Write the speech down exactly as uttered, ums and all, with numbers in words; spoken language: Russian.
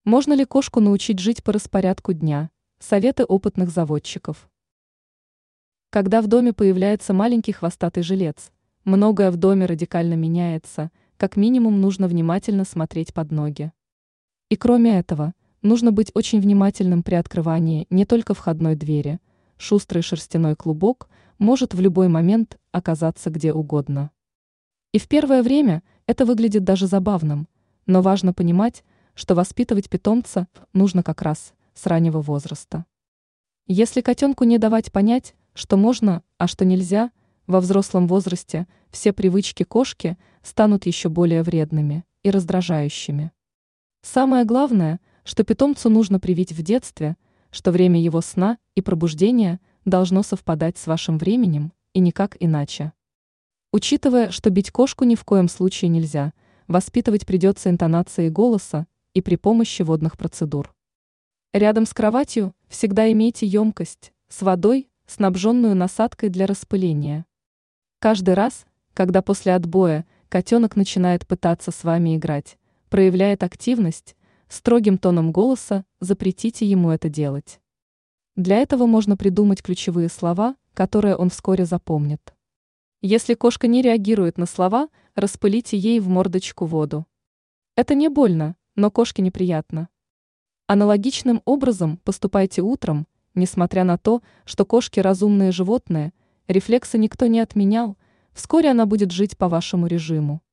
Можно ли кошку научить жить по распорядку дня? Советы опытных заводчиков. Когда в доме появляется маленький хвостатый жилец, многое в доме радикально меняется, как минимум нужно внимательно смотреть под ноги. И кроме этого, нужно быть очень внимательным при открывании не только входной двери. Шустрый шерстяной клубок может в любой момент оказаться где угодно. И в первое время это выглядит даже забавным, но важно понимать, что воспитывать питомца нужно как раз с раннего возраста. Если котенку не давать понять, что можно, а что нельзя, во взрослом возрасте все привычки кошки станут еще более вредными и раздражающими. Самое главное, что питомцу нужно привить в детстве, что время его сна и пробуждения должно совпадать с вашим временем и никак иначе. Учитывая, что бить кошку ни в коем случае нельзя, воспитывать придется интонацией голоса и при помощи водных процедур. Рядом с кроватью всегда имейте емкость с водой, снабженную насадкой для распыления. Каждый раз, когда после отбоя котенок начинает пытаться с вами играть, проявляет активность, строгим тоном голоса запретите ему это делать. Для этого можно придумать ключевые слова, которые он вскоре запомнит. Если кошка не реагирует на слова, распылите ей в мордочку воду. Это не больно, но кошке неприятно. Аналогичным образом поступайте утром, несмотря на то, что кошки разумные животные, рефлексы никто не отменял, вскоре она будет жить по вашему режиму.